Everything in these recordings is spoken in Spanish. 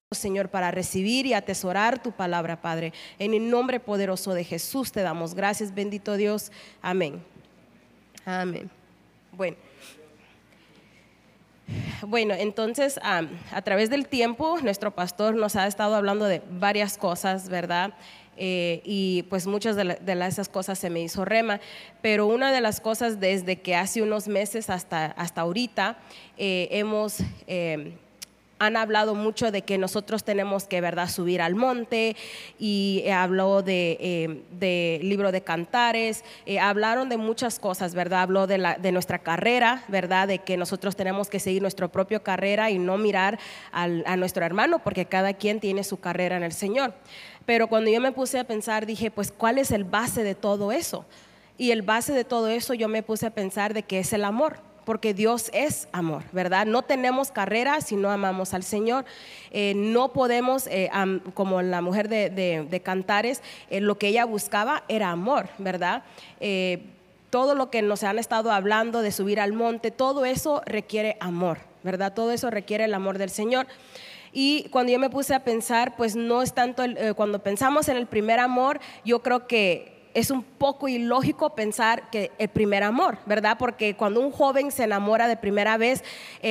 Señor, para recibir y atesorar tu palabra, Padre. En el nombre poderoso de Jesús te damos gracias, bendito Dios. Amén. Amén. Bueno, entonces a través del tiempo nuestro pastor nos ha estado hablando de varias cosas, ¿verdad? Y pues muchas de esas cosas se me hizo rema, pero una de las cosas desde que hace unos meses hasta ahorita han hablado mucho de que nosotros tenemos que, ¿verdad?, subir al monte, y habló de libro de Cantares, hablaron de muchas cosas, ¿verdad? Habló de nuestra carrera, ¿verdad? De que nosotros tenemos que seguir nuestra propia carrera y no mirar a nuestro hermano, porque cada quien tiene su carrera en el Señor. Pero cuando yo me puse a pensar, dije, pues, ¿cuál es el base de todo eso? Y el base de todo eso yo me puse a pensar de que es el amor. Porque Dios es amor, ¿verdad? No tenemos carrera si no amamos al Señor. No podemos, como la mujer de Cantares, lo que ella buscaba era amor, ¿verdad? Todo lo que nos han estado hablando de subir al monte, todo eso requiere amor, ¿verdad? Todo eso requiere el amor del Señor. Y cuando yo me puse a pensar, pues no es tanto, cuando pensamos en el primer amor, yo creo que es un poco ilógico pensar que el primer amor, ¿verdad? Porque cuando un joven se enamora de primera vez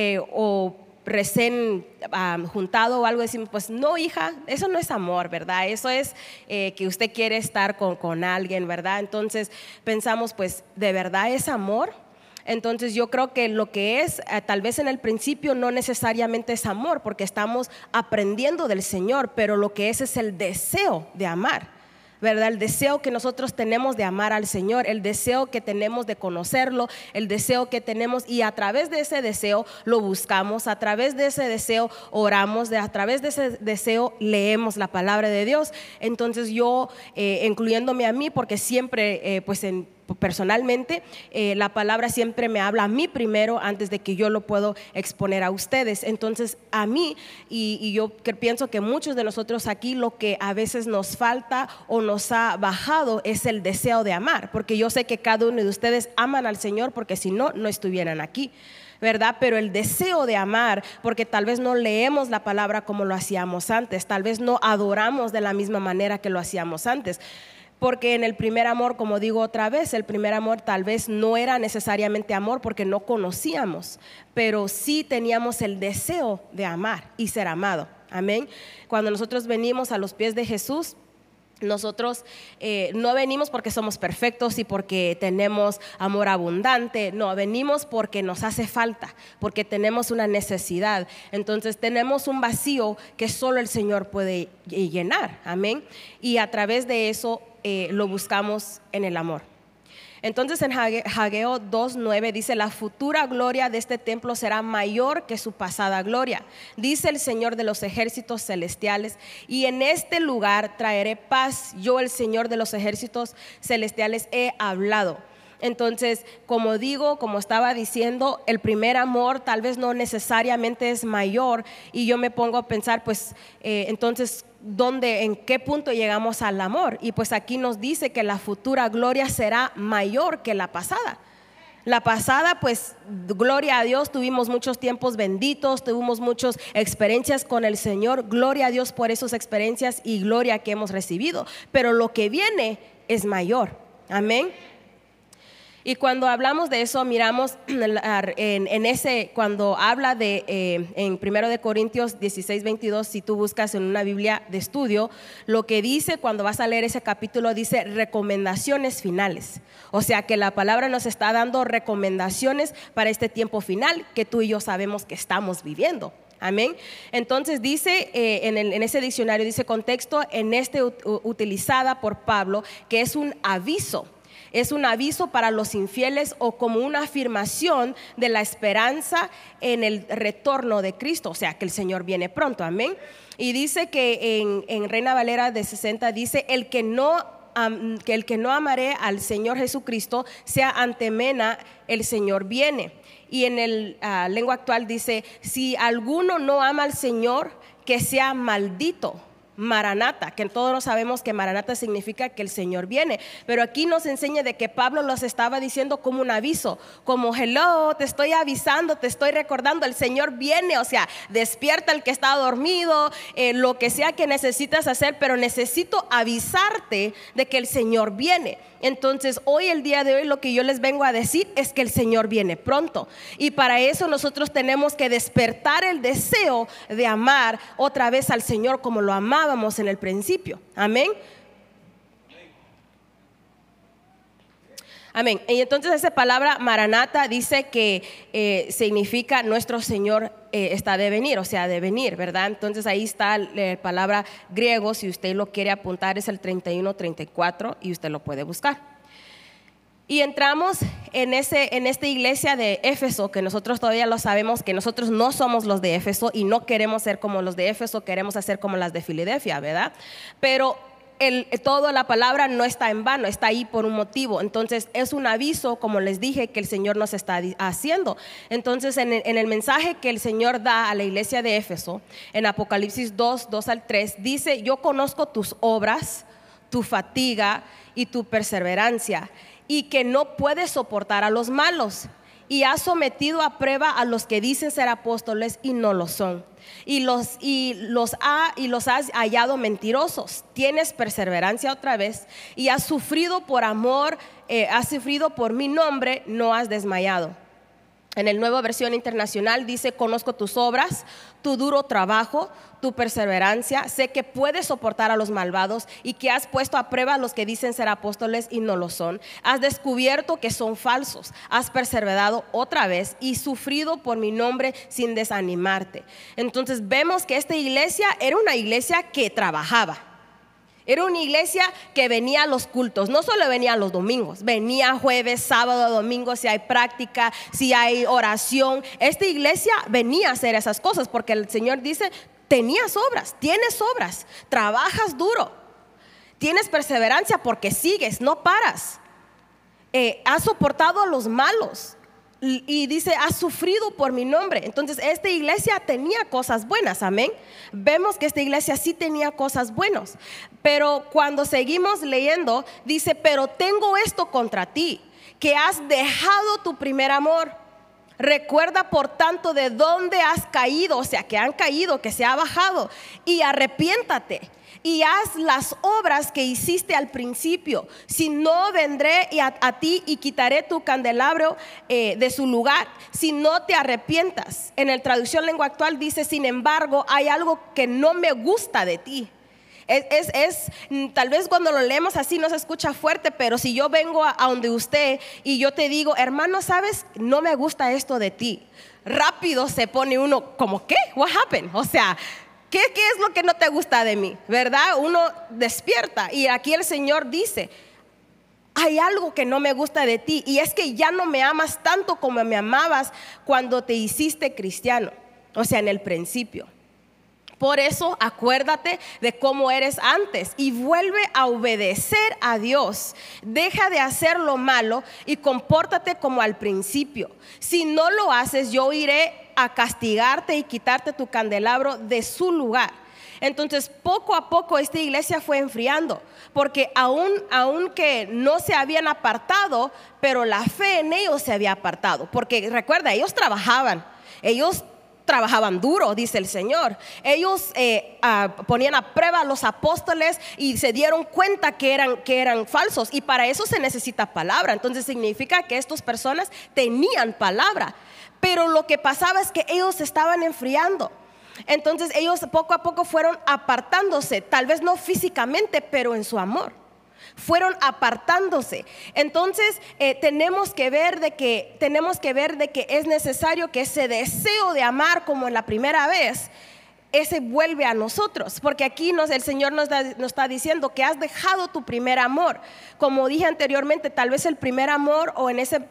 o recién juntado o algo, decimos, pues no, hija, eso no es amor, ¿verdad? Eso es que usted quiere estar con alguien, ¿verdad? Entonces pensamos, pues, ¿de verdad es amor? Entonces yo creo que lo que es, tal vez en el principio no necesariamente es amor, porque estamos aprendiendo del Señor, pero lo que es el deseo de amar, ¿verdad? El deseo que nosotros tenemos de amar al Señor, el deseo que tenemos de conocerlo, el deseo que tenemos, y a través de ese deseo lo buscamos, a través de ese deseo oramos, a través de ese deseo leemos la palabra de Dios. Entonces yo, incluyéndome a mí, porque siempre personalmente la palabra siempre me habla a mí primero antes de que yo lo puedo exponer a ustedes. Entonces a mí, y yo pienso que muchos de nosotros aquí, lo que a veces nos falta o nos ha bajado es el deseo de amar, porque yo sé que cada uno de ustedes aman al Señor, porque si no, no estuvieran aquí, ¿verdad? Pero el deseo de amar, porque tal vez no leemos la palabra como lo hacíamos antes, tal vez no adoramos de la misma manera que lo hacíamos antes. Porque en el primer amor, como digo otra vez, el primer amor tal vez no era necesariamente amor porque no conocíamos, pero sí teníamos el deseo de amar y ser amado. Amén. Cuando nosotros venimos a los pies de Jesús, nosotros no venimos porque somos perfectos y porque tenemos amor abundante. No, venimos porque nos hace falta, porque tenemos una necesidad. Entonces tenemos un vacío que solo el Señor puede llenar. Amén. Y a través de eso lo buscamos en el amor. Entonces en Hageo 2:9 dice: la futura gloria de este templo será mayor que su pasada gloria, dice el Señor de los ejércitos celestiales, y en este lugar traeré paz. Yo, el Señor de los ejércitos celestiales, he hablado. Entonces, como estaba diciendo, el primer amor tal vez no necesariamente es mayor, y yo me pongo a pensar, pues entonces, ¿en qué punto llegamos al amor? Y pues aquí nos dice que la futura gloria será mayor que la pasada. La pasada, pues, gloria a Dios, tuvimos muchos tiempos benditos, tuvimos muchas experiencias con el Señor, gloria a Dios por esas experiencias y gloria que hemos recibido, pero lo que viene es mayor. Amén. Y cuando hablamos de eso, miramos cuando habla en 1 de Corintios 16:22, si tú buscas en una Biblia de estudio, lo que dice cuando vas a leer ese capítulo, dice recomendaciones finales. O sea que la palabra nos está dando recomendaciones para este tiempo final que tú y yo sabemos que estamos viviendo. Amén. Entonces dice en ese diccionario, dice contexto utilizada por Pablo, que es un aviso. Es un aviso para los infieles, o como una afirmación de la esperanza en el retorno de Cristo, o sea que el Señor viene pronto. Amén. Y dice que en Reina Valera de 60 dice: el que no amaré al Señor Jesucristo, sea antemena, el Señor viene. Y en el lengua actual dice: si alguno no ama al Señor, que sea maldito. Maranata, que todos sabemos que Maranata significa que el Señor viene, pero aquí nos enseña de que Pablo los estaba diciendo como un aviso, como hello, te estoy avisando, te estoy recordando, el Señor viene, o sea, despierta el que está dormido, lo que sea que necesitas hacer, pero necesito avisarte de que el Señor viene. Entonces hoy, el día de hoy, lo que yo les vengo a decir es que el Señor viene pronto, y para eso nosotros tenemos que despertar el deseo de amar otra vez al Señor como lo amábamos en el principio. Amén. Amén. Y entonces esa palabra Maranata dice que significa nuestro Señor está de venir, o sea, de venir, ¿verdad? Entonces ahí está la palabra griego, si usted lo quiere apuntar, es el 31-34 y usted lo puede buscar. Y entramos en esta iglesia de Éfeso, que nosotros todavía lo sabemos, que nosotros no somos los de Éfeso y no queremos ser como los de Éfeso, queremos hacer como las de Filadelfia, ¿verdad? Pero toda la palabra no está en vano, está ahí por un motivo. Entonces es un aviso, como les dije, que el Señor nos está haciendo. Entonces en el mensaje que el Señor da a la iglesia de Éfeso, en Apocalipsis 2:2-3, dice: yo conozco tus obras, tu fatiga y tu perseverancia, y que no puedes soportar a los malos, y has sometido a prueba a los que dicen ser apóstoles y no lo son, y los has hallado mentirosos. Tienes perseverancia otra vez, y has sufrido por amor, has sufrido por mi nombre, no has desmayado. En el Nueva Versión Internacional dice: conozco tus obras, tu duro trabajo, tu perseverancia, sé que puedes soportar a los malvados y que has puesto a prueba a los que dicen ser apóstoles y no lo son. Has descubierto que son falsos, has perseverado otra vez y sufrido por mi nombre sin desanimarte. Entonces vemos que esta iglesia era una iglesia que trabajaba. Era una iglesia que venía a los cultos, no solo venía los domingos, venía jueves, sábado, domingo, si hay práctica, si hay oración. Esta iglesia venía a hacer esas cosas porque el Señor dice: tenías obras, tienes obras, trabajas duro, tienes perseverancia porque sigues, no paras, has soportado a los malos. Y dice: has sufrido por mi nombre. Entonces esta iglesia tenía cosas buenas, amén. Vemos que esta iglesia sí tenía cosas buenas, pero cuando seguimos leyendo dice: pero tengo esto contra ti, que has dejado tu primer amor. Recuerda por tanto de dónde has caído, o sea, que han caído, que se ha bajado, y arrepiéntate y haz las obras que hiciste al principio. Si no, vendré a ti y quitaré tu candelabro de su lugar, si no te arrepientas. En la traducción lengua actual dice: sin embargo, hay algo que no me gusta de ti. Tal vez cuando lo leemos así no se escucha fuerte, pero si yo vengo a donde usted y yo te digo: hermano, ¿sabes? No me gusta esto de ti. Rápido se pone uno como: ¿qué? What happened? O sea, ¿qué es lo que no te gusta de mí? ¿Verdad? Uno despierta, y aquí el Señor dice: hay algo que no me gusta de ti, y es que ya no me amas tanto como me amabas cuando te hiciste cristiano, o sea, en el principio. Por eso acuérdate de cómo eres antes y vuelve a obedecer a Dios. Deja de hacer lo malo y compórtate como al principio. Si no lo haces, yo iré a castigarte y quitarte tu candelabro de su lugar. Entonces poco a poco esta iglesia fue enfriando, porque aunque no se habían apartado, pero la fe en ellos se había apartado. Porque recuerda, ellos trabajaban duro, dice el Señor. Ellos ponían a prueba a los apóstoles y se dieron cuenta que eran falsos, y para eso se necesita palabra. Entonces significa que estas personas tenían palabra, pero lo que pasaba es que ellos se estaban enfriando. Entonces ellos poco a poco fueron apartándose, tal vez no físicamente, pero en su amor fueron apartándose. Entonces tenemos que ver de que es necesario que ese deseo de amar como en la primera vez, ese vuelve a nosotros, porque aquí el Señor nos está diciendo que has dejado tu primer amor. Como dije anteriormente, tal vez el primer amor, o en ese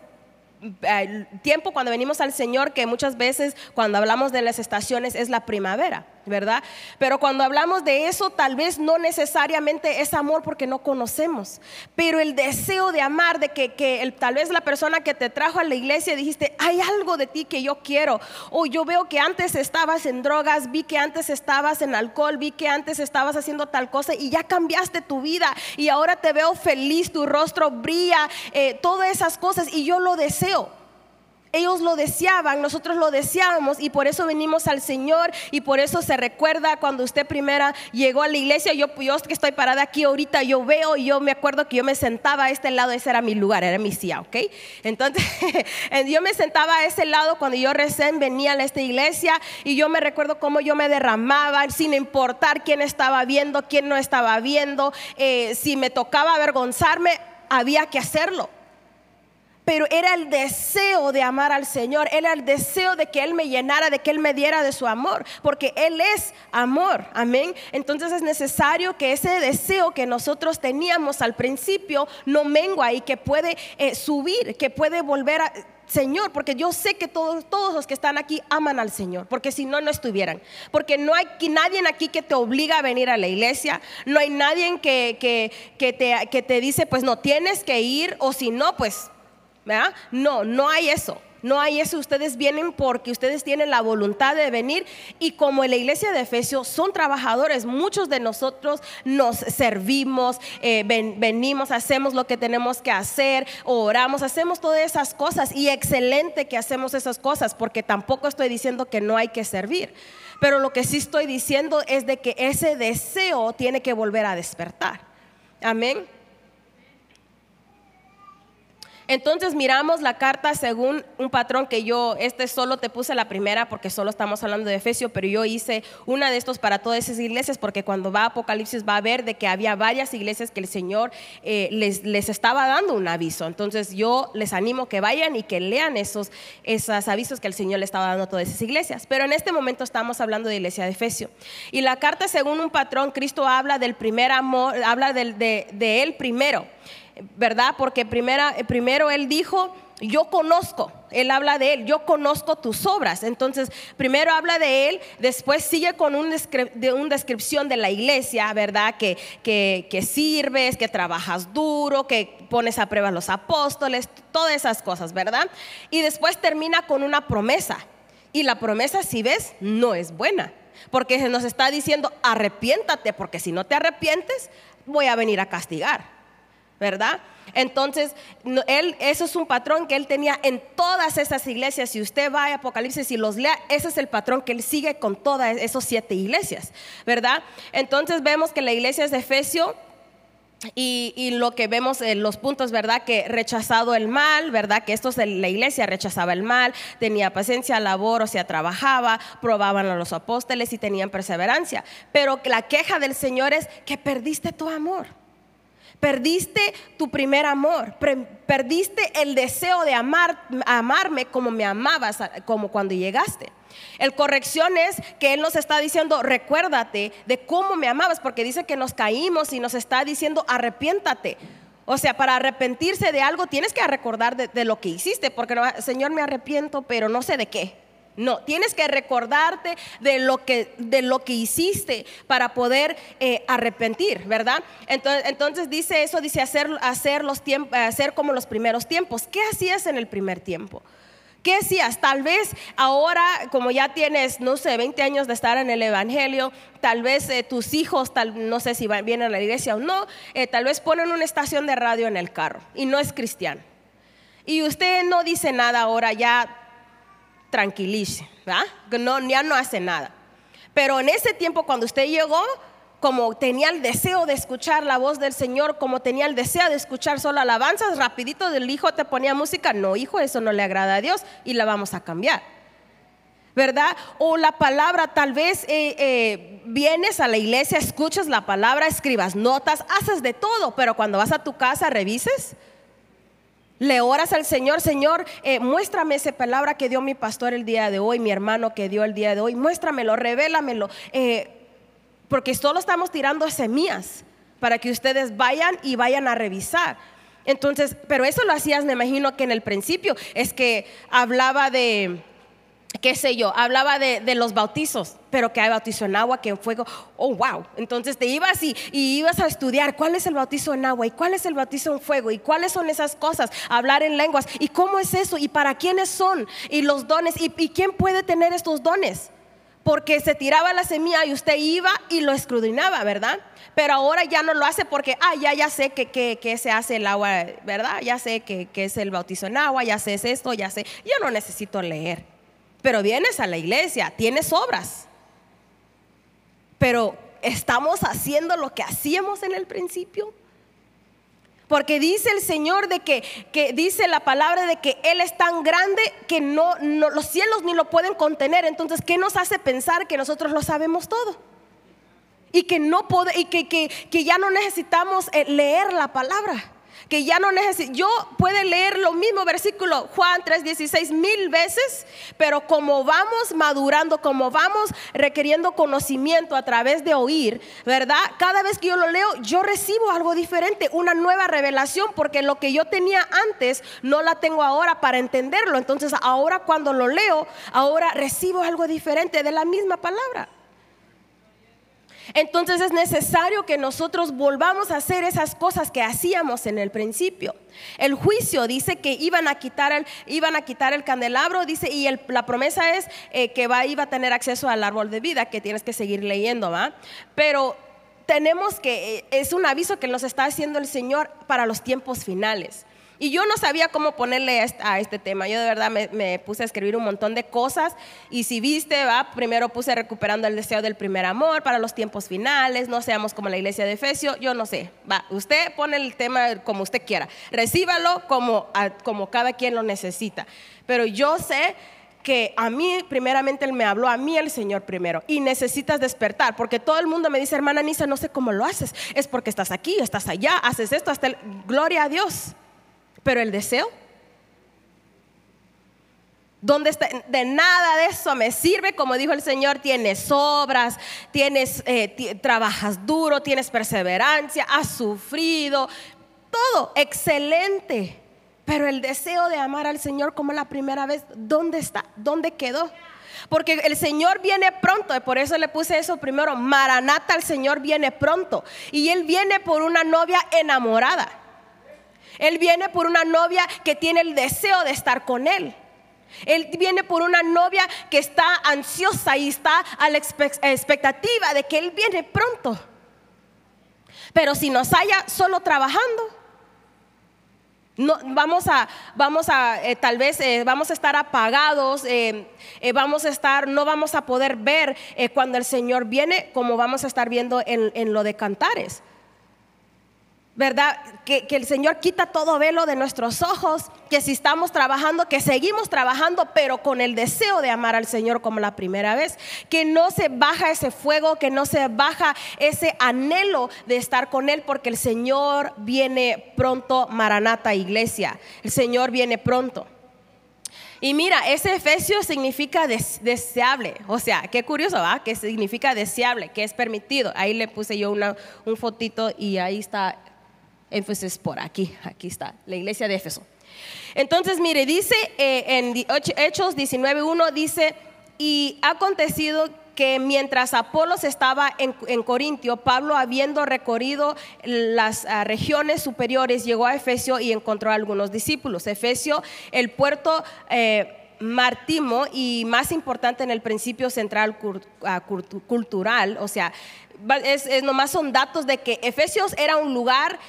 tiempo cuando venimos al Señor, que muchas veces cuando hablamos de las estaciones es la primavera. ¿verdad? Pero cuando hablamos de eso, tal vez no necesariamente es amor porque no conocemos, pero el deseo de amar, de que tal vez la persona que te trajo a la iglesia dijiste, hay algo de ti que yo quiero, o yo veo que antes estabas en drogas, vi que antes estabas en alcohol, vi que antes estabas haciendo tal cosa y ya cambiaste tu vida y ahora te veo feliz, tu rostro brilla, todas esas cosas, y yo lo deseo. Ellos lo deseaban, nosotros lo deseábamos, y por eso venimos al Señor. Y por eso se recuerda cuando usted primera llegó a la iglesia. Yo que estoy parada aquí ahorita, yo veo y yo me acuerdo que yo me sentaba a este lado. Ese era mi lugar, era mi silla, ¿ok? Entonces yo me sentaba a ese lado cuando yo recién venía a esta iglesia, y yo me recuerdo cómo yo me derramaba sin importar quién estaba viendo, quién no estaba viendo. Si me tocaba avergonzarme, había que hacerlo. Pero era el deseo de amar al Señor, era el deseo de que Él me llenara, de que Él me diera de su amor, porque Él es amor, amén. Entonces es necesario que ese deseo que nosotros teníamos al principio no mengua, y que puede subir, que puede volver a Señor, porque yo sé que todos los que están aquí aman al Señor, porque si no, no estuvieran. Porque no hay nadie aquí que te obliga a venir a la iglesia, no hay nadie que te dice, pues no tienes que ir, o si no, pues ¿verdad? No hay eso. No hay eso. Ustedes vienen porque ustedes tienen la voluntad de venir. Y como en la iglesia de Efesios son trabajadores, muchos de nosotros nos servimos, venimos, hacemos lo que tenemos que hacer, oramos, hacemos todas esas cosas. Y excelente que hacemos esas cosas, porque tampoco estoy diciendo que no hay que servir. Pero lo que sí estoy diciendo es de que ese deseo tiene que volver a despertar. Amén. Entonces miramos la carta según un patrón que yo, solo te puse la primera porque solo estamos hablando de Efesios, pero yo hice una de estos para todas esas iglesias, porque cuando va a Apocalipsis va a ver de que había varias iglesias que el Señor les estaba dando un aviso. Entonces yo les animo que vayan y que lean esos avisos que el Señor le estaba dando a todas esas iglesias. Pero en este momento estamos hablando de la iglesia de Efesios. Y la carta según un patrón, Cristo habla del primer amor, habla de Él primero, ¿verdad? Porque primero Él dijo, yo conozco. Él habla de Él, yo conozco tus obras. Entonces primero habla de Él, después sigue con una descripción de la iglesia, ¿verdad? Que sirves, que trabajas duro, que pones a prueba a los apóstoles, todas esas cosas, ¿verdad? Y después termina con una promesa. Y la promesa, si ves, no es buena, porque se nos está diciendo, arrepiéntate, porque si no te arrepientes, voy a venir a castigar, ¿verdad? Entonces eso es un patrón que Él tenía en todas esas iglesias. Si usted va a Apocalipsis y los lea, ese es el patrón que Él sigue con todas esas 7 iglesias, ¿verdad? Entonces vemos que la iglesia es de Efesios. Y lo que vemos en los puntos, ¿verdad? Que rechazado el mal, ¿verdad? Que la iglesia rechazaba el mal, tenía paciencia, labor, o sea, trabajaba, probaban a los apóstoles y tenían perseverancia. Pero la queja del Señor es que perdiste tu amor. Perdiste tu primer amor, perdiste el deseo de amarme como me amabas, como cuando llegaste. El corrección es que Él nos está diciendo, recuérdate de cómo me amabas, porque dice que nos caímos y nos está diciendo, arrepiéntate. O sea, para arrepentirse de algo tienes que recordar de lo que hiciste, porque no, Señor, me arrepiento, pero no sé de qué. No, tienes que recordarte de lo que hiciste para poder arrepentir, ¿verdad? Entonces dice eso, dice hacer como los primeros tiempos. ¿Qué hacías en el primer tiempo? ¿Qué hacías? Tal vez ahora, como ya tienes, no sé, 20 años de estar en el evangelio, tal vez tus hijos, no sé si vienen a la iglesia o no, tal vez ponen una estación de radio en el carro y no es cristiano. Y usted no dice nada ahora, ya tranquilice, ¿verdad? Ya no hace nada. Pero en ese tiempo, cuando usted llegó, como tenía el deseo de escuchar la voz del Señor, como tenía el deseo de escuchar solo alabanzas, rapidito del hijo te ponía música. No, hijo, eso no le agrada a Dios y la vamos a cambiar, ¿verdad? O la palabra, tal vez vienes a la iglesia, escuchas la palabra, escribas notas, haces de todo, pero cuando vas a tu casa revises. Le oras al Señor, Señor, muéstrame esa palabra que dio mi pastor el día de hoy, mi hermano que dio el día de hoy, muéstramelo, revélamelo, porque solo estamos tirando semillas para que ustedes vayan a revisar. Entonces, pero eso lo hacías, me imagino que en el principio, es que hablaba de qué sé yo, hablaba de los bautizos, pero que hay bautizo en agua, que en fuego. Oh, wow. Entonces te ibas y ibas a estudiar cuál es el bautizo en agua y cuál es el bautizo en fuego y cuáles son esas cosas, hablar en lenguas y cómo es eso y para quiénes son y los dones y quién puede tener estos dones. Porque se tiraba la semilla y usted iba y lo escudriñaba, ¿verdad? Pero ahora ya no lo hace porque, ya sé que se hace el agua, ¿verdad? Ya sé que es el bautizo en agua, ya sé esto, ya sé. Yo no necesito leer. Pero vienes a la iglesia, tienes obras. Pero ¿estamos haciendo lo que hacíamos en el principio? Porque dice el Señor de que dice la palabra de que Él es tan grande que no los cielos ni lo pueden contener. Entonces, ¿qué nos hace pensar que nosotros lo sabemos todo? Y que que ya no necesitamos leer la palabra. Que ya no yo puedo leer lo mismo versículo Juan 3:16 1000 veces, pero como vamos madurando, como vamos requiriendo conocimiento a través de oír, ¿verdad? Cada vez que yo lo leo, yo recibo algo diferente, una nueva revelación, porque lo que yo tenía antes no la tengo ahora para entenderlo. Entonces ahora cuando lo leo, ahora recibo algo diferente de la misma palabra. Entonces es necesario que nosotros volvamos a hacer esas cosas que hacíamos en el principio. El juicio dice que iban a quitar el candelabro, dice, y la promesa es que iba a tener acceso al árbol de vida, que tienes que seguir leyendo, ¿va? Pero tenemos es un aviso que nos está haciendo el Señor para los tiempos finales. Y yo no sabía cómo ponerle a este tema. Yo de verdad me puse a escribir un montón de cosas. Y si viste, primero puse recuperando el deseo del primer amor para los tiempos finales. No seamos como la iglesia de Efesios. Yo no sé, usted pone el tema como usted quiera. Recíbalo como cada quien lo necesita. Pero yo sé que a mí primeramente Él me habló, a mí el Señor primero, y necesitas despertar, porque todo el mundo me dice, hermana Nisa, no sé cómo lo haces, es porque estás aquí, estás allá, haces esto, gloria a Dios. Pero el deseo, ¿dónde está? De nada de eso me sirve, como dijo el Señor. Tienes obras, trabajas duro, tienes perseverancia, has sufrido, todo excelente. Pero el deseo de amar al Señor como la primera vez, ¿dónde está? ¿Dónde quedó? Porque el Señor viene pronto, y por eso le puse eso primero. Maranata, el Señor viene pronto. Y Él viene por una novia enamorada. Él viene por una novia que tiene el deseo de estar con Él. Él viene por una novia que está ansiosa y está a la expectativa de que Él viene pronto. Pero si nos halla solo trabajando, no, tal vez vamos a estar apagados, no vamos a poder ver cuando el Señor viene, como vamos a estar viendo en lo de Cantares. ¿Verdad? Que el Señor quita todo velo de nuestros ojos, que si estamos trabajando, que seguimos trabajando, pero con el deseo de amar al Señor como la primera vez, que no se baja ese fuego, que no se baja ese anhelo de estar con Él, porque el Señor viene pronto. Maranata, iglesia, el Señor viene pronto. Y mira, ese Efesios significa deseable. O sea, qué curioso, ¿va? Que significa deseable, que es permitido. Ahí le puse yo un fotito y ahí está Éfeso por aquí está, la iglesia de Éfeso. Entonces, mire, dice en Hechos 19:1, dice, y ha acontecido que mientras Apolos estaba en Corintio, Pablo, habiendo recorrido las regiones superiores, llegó a Efesio y encontró a algunos discípulos. Efesio, el puerto marítimo y más importante en el principio central cultural, o sea, nomás son datos de que Efesios era un lugar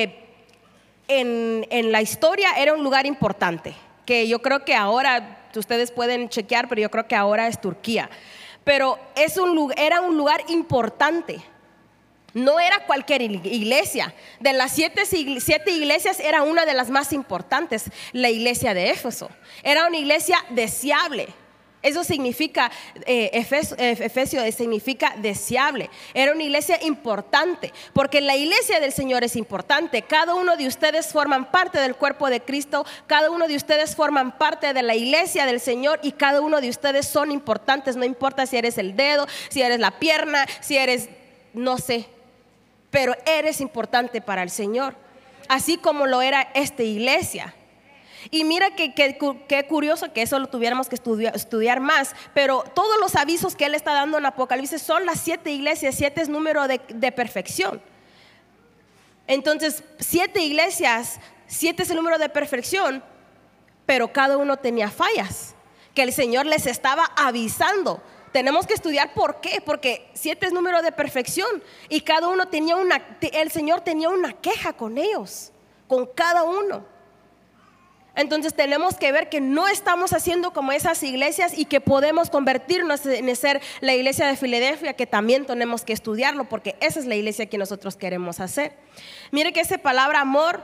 en la historia, era un lugar importante, que yo creo que ahora ustedes pueden chequear, pero yo creo que ahora es Turquía. Pero era un lugar importante. No era cualquier iglesia. De las siete iglesias era una de las más importantes, la iglesia de Éfeso. Era una iglesia deseable. Eso significa, Efesio significa deseable. Era una iglesia importante, porque la iglesia del Señor es importante. Cada uno de ustedes forman parte del cuerpo de Cristo. Cada uno de ustedes forman parte de la iglesia del Señor, y cada uno de ustedes son importantes. No importa si eres el dedo, si eres la pierna, si eres, no sé, pero eres importante para el Señor, así como lo era esta iglesia. Y mira qué curioso que eso lo tuviéramos que estudiar más, pero todos los avisos que él está dando en Apocalipsis son las 7 iglesias. 7 es número de perfección. Entonces 7 iglesias, 7 es el número de perfección, pero cada uno tenía fallas que el Señor les estaba avisando. Tenemos que estudiar por qué, porque 7 es número de perfección y cada uno tenía el Señor tenía una queja con ellos, con cada uno. Entonces tenemos que ver que no estamos haciendo como esas iglesias y que podemos convertirnos en ser la iglesia de Filadelfia, que también tenemos que estudiarlo, porque esa es la iglesia que nosotros queremos hacer. Mire que esa palabra amor,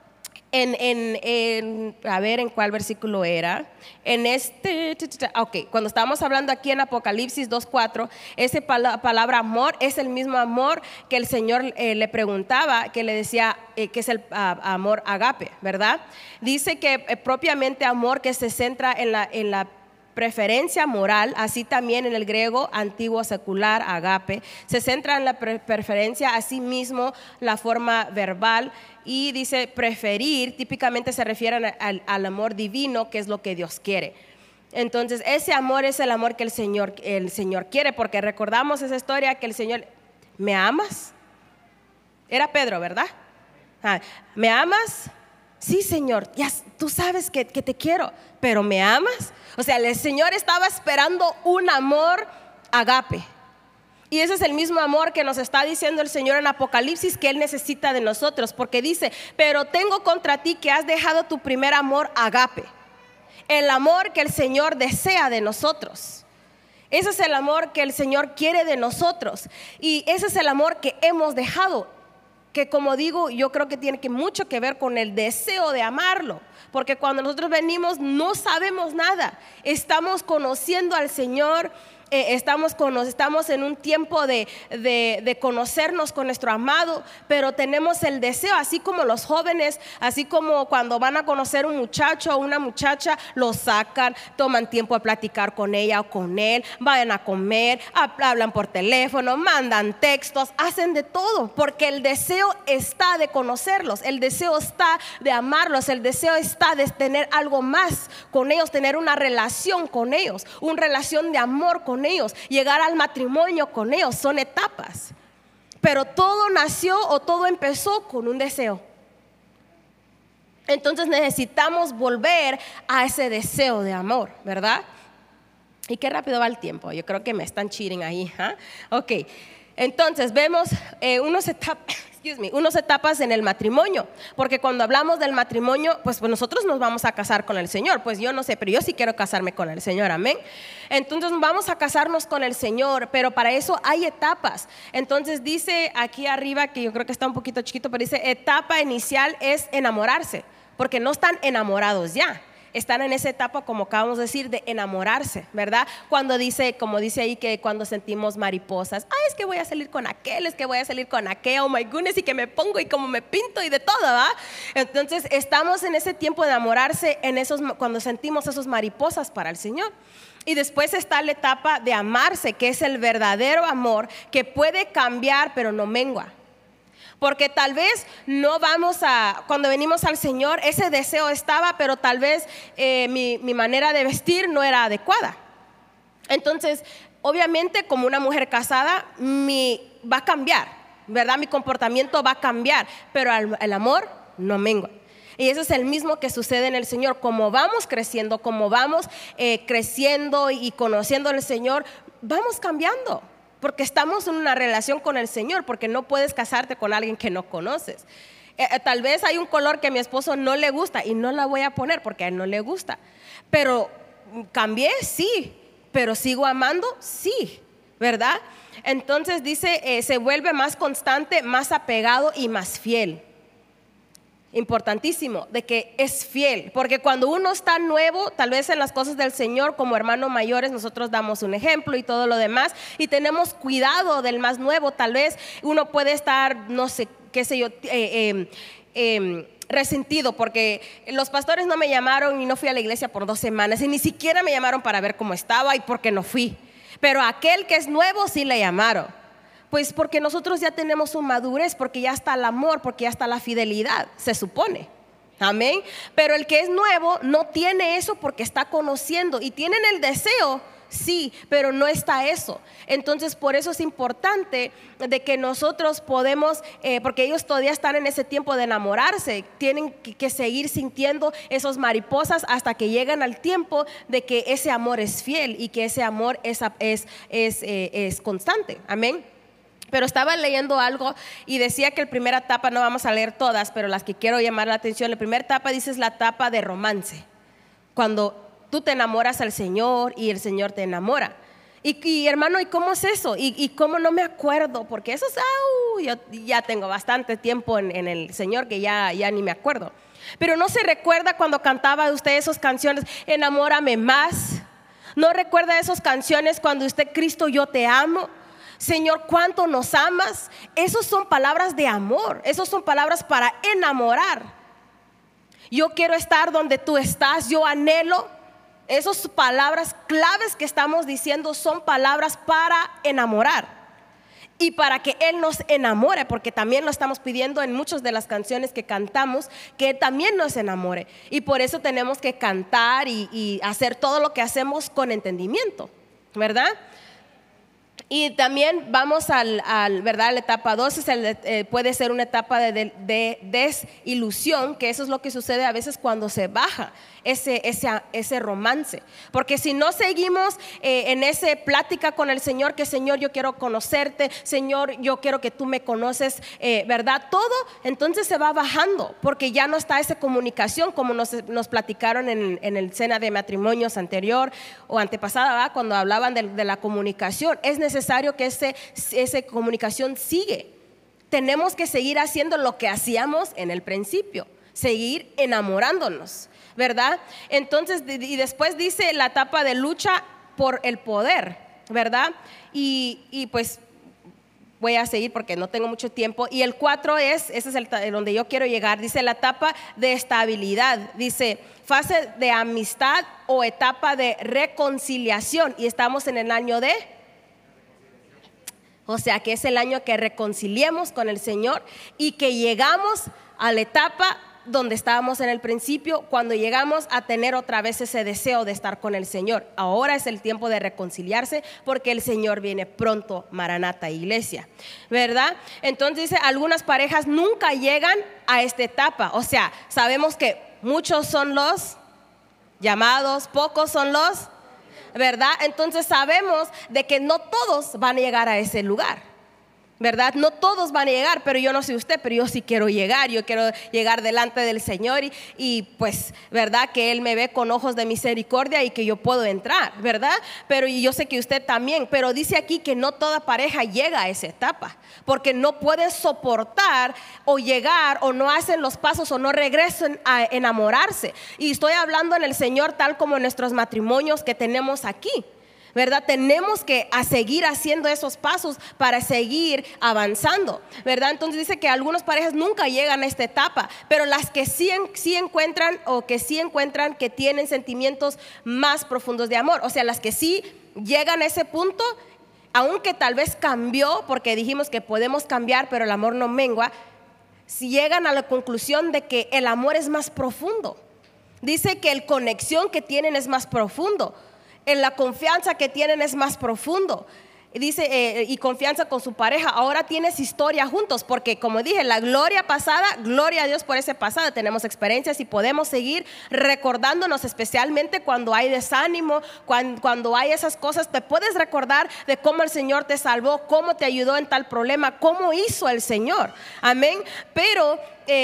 a ver en cuál versículo era, cuando estábamos hablando aquí en Apocalipsis 2:4, esa palabra amor es el mismo amor que el Señor le preguntaba, que le decía que es el amor agape, ¿verdad? Dice que propiamente amor que se centra en la preferencia moral, así también en el griego antiguo secular agape, se centra en la preferencia, así mismo la forma verbal, y dice preferir, típicamente se refieren al amor divino, que es lo que Dios quiere. Entonces ese amor es el amor que el Señor quiere, porque recordamos esa historia que el Señor, ¿me amas? Era Pedro, ¿verdad? ¿Me amas? Sí, Señor, ya, tú sabes que te quiero, pero ¿me amas? O sea, el Señor estaba esperando un amor agape. Y ese es el mismo amor que nos está diciendo el Señor en Apocalipsis que Él necesita de nosotros, porque dice, pero tengo contra ti que has dejado tu primer amor agape, el amor que el Señor desea de nosotros. Ese es el amor que el Señor quiere de nosotros, y ese es el amor que hemos dejado, que como digo, yo creo que tiene mucho que ver con el deseo de amarlo, porque cuando nosotros venimos no sabemos nada, estamos conociendo al Señor, estamos en un tiempo de conocernos con nuestro amado, pero tenemos el deseo, así como los jóvenes, así como cuando van a conocer un muchacho o una muchacha, lo sacan, toman tiempo a platicar con ella o con él, vayan a comer, hablan por teléfono, mandan textos, hacen de todo, porque el deseo está de conocerlos, el deseo está de amarlos, el deseo está de tener algo más con ellos, tener una relación con ellos, una relación de amor con ellos, llegar al matrimonio con ellos. Son etapas, pero todo nació o todo empezó con un deseo. Entonces necesitamos volver a ese deseo de amor, ¿verdad? Y qué rápido va el tiempo, yo creo que me están cheating ahí, Ok, entonces vemos unas etapas en el matrimonio, porque cuando hablamos del matrimonio, pues nosotros nos vamos a casar con el Señor. Pues yo no sé, pero yo sí quiero casarme con el Señor, amén. Entonces vamos a casarnos con el Señor, pero para eso hay etapas. Entonces dice aquí arriba, que yo creo que está un poquito chiquito, pero dice etapa inicial es enamorarse, porque no están enamorados ya, están en esa etapa, como acabamos de decir, de enamorarse, ¿verdad? Cuando dice, como dice ahí, que cuando sentimos mariposas, es que voy a salir con aquel, es que voy a salir con aquel, oh my goodness, y que me pongo y como me pinto y de todo, ¿verdad? Entonces estamos en ese tiempo de enamorarse, cuando sentimos esos mariposas para el Señor. Y después está la etapa de amarse, que es el verdadero amor, que puede cambiar pero no mengua. Porque tal vez cuando venimos al Señor, ese deseo estaba, pero tal vez mi manera de vestir no era adecuada. Entonces, obviamente, como una mujer casada, va a cambiar, ¿verdad? Mi comportamiento va a cambiar, pero el amor no mengua. Y eso es el mismo que sucede en el Señor. Como vamos creciendo, y conociendo al Señor, vamos cambiando. Porque estamos en una relación con el Señor, porque no puedes casarte con alguien que no conoces. Tal vez hay un color que a mi esposo no le gusta y no la voy a poner porque a él no le gusta. Pero cambié, sí, pero sigo amando, sí, ¿verdad? Entonces dice, se vuelve más constante, más apegado y más fiel. Importantísimo, de que es fiel, porque cuando uno está nuevo, tal vez en las cosas del Señor, como hermanos mayores, nosotros damos un ejemplo y todo lo demás, y tenemos cuidado del más nuevo. Tal vez uno puede estar, no sé, qué sé yo, resentido porque los pastores no me llamaron y no fui a la iglesia por 2 semanas, y ni siquiera me llamaron para ver cómo estaba y por qué no fui. Pero aquel que es nuevo sí le llamaron. Pues porque nosotros ya tenemos su madurez, porque ya está el amor, porque ya está la fidelidad, se supone. Amén. Pero el que es nuevo no tiene eso porque está conociendo y tienen el deseo. Sí, pero no está eso. Entonces por eso es importante de que nosotros podemos, porque ellos todavía están en ese tiempo de enamorarse, tienen que seguir sintiendo esos mariposas hasta que llegan al tiempo de que ese amor es fiel y que ese amor es constante. Amén. Pero estaba leyendo algo y decía que la primera etapa, no vamos a leer todas, pero las que quiero llamar la atención, la primera etapa dice es la etapa de romance, cuando tú te enamoras al Señor y el Señor te enamora. Y hermano, ¿y cómo es eso? ¿Y cómo no me acuerdo? Porque eso es, yo ya tengo bastante tiempo en el Señor que ya ni me acuerdo. Pero no se recuerda cuando cantaba usted esas canciones, enamórame más. No recuerda esas canciones cuando usted, Cristo, yo te amo. Señor, ¿cuánto nos amas? Esas son palabras de amor. Esas son palabras para enamorar. Yo quiero estar donde tú estás, yo anhelo. Esas palabras claves que estamos diciendo son palabras para enamorar y para que Él nos enamore, porque también lo estamos pidiendo en muchas de las canciones que cantamos, que Él también nos enamore. Y por eso tenemos que cantar y hacer todo lo que hacemos con entendimiento, ¿verdad? Y también vamos ¿verdad? La etapa 2 puede ser una etapa de desilusión, que eso es lo que sucede a veces cuando se baja ese romance. Porque si no seguimos en esa plática con el Señor, que Señor, yo quiero conocerte, Señor, yo quiero que tú me conoces, ¿verdad? Todo, entonces se va bajando, porque ya no está esa comunicación como nos platicaron en el cena de matrimonios anterior o antepasada, ¿verdad? Cuando hablaban de la comunicación. Es necesario que esa comunicación sigue. Tenemos que seguir haciendo lo que hacíamos en el principio, seguir enamorándonos, ¿verdad? Entonces, y después dice la etapa de lucha por el poder, ¿verdad? Y pues voy a seguir porque no tengo mucho tiempo. Y el 4 ese es donde yo quiero llegar. Dice la etapa de estabilidad. Dice fase de amistad o etapa de reconciliación. Y estamos en el año o sea que es el año que reconciliemos con el Señor y que llegamos a la etapa donde estábamos en el principio, cuando llegamos a tener otra vez ese deseo de estar con el Señor. Ahora es el tiempo de reconciliarse porque el Señor viene pronto. Maranata, iglesia, ¿verdad? Entonces dice, algunas parejas nunca llegan a esta etapa. O sea, sabemos que muchos son los llamados, pocos son los, ¿verdad? Entonces sabemos de que no todos van a llegar a ese lugar, ¿verdad? No todos van a llegar, pero yo no sé usted, pero yo sí quiero llegar. Yo quiero llegar delante del Señor y pues, ¿verdad? Que Él me ve con ojos de misericordia y que yo puedo entrar, ¿verdad? Pero yo sé que usted también, pero dice aquí que no toda pareja llega a esa etapa, porque no pueden soportar o llegar o no hacen los pasos o no regresan a enamorarse. Y estoy hablando en el Señor tal como en nuestros matrimonios que tenemos aquí, ¿verdad? Tenemos que seguir haciendo esos pasos para seguir avanzando, ¿verdad? Entonces dice que algunas parejas nunca llegan a esta etapa, pero las que sí encuentran que tienen sentimientos más profundos de amor, o sea, las que sí llegan a ese punto, aunque tal vez cambió, porque dijimos que podemos cambiar, pero el amor no mengua, si llegan a la conclusión de que el amor es más profundo. Dice que la conexión que tienen es más profundo. En la confianza que tienen es más profundo. Dice, y confianza con su pareja. Ahora tienes historia juntos, porque como dije, la gloria pasada, gloria a Dios por ese pasado. Tenemos experiencias y podemos seguir recordándonos, especialmente cuando hay desánimo, cuando hay esas cosas. Te puedes recordar de cómo el Señor te salvó, cómo te ayudó en tal problema, cómo hizo el Señor. Amén. Pero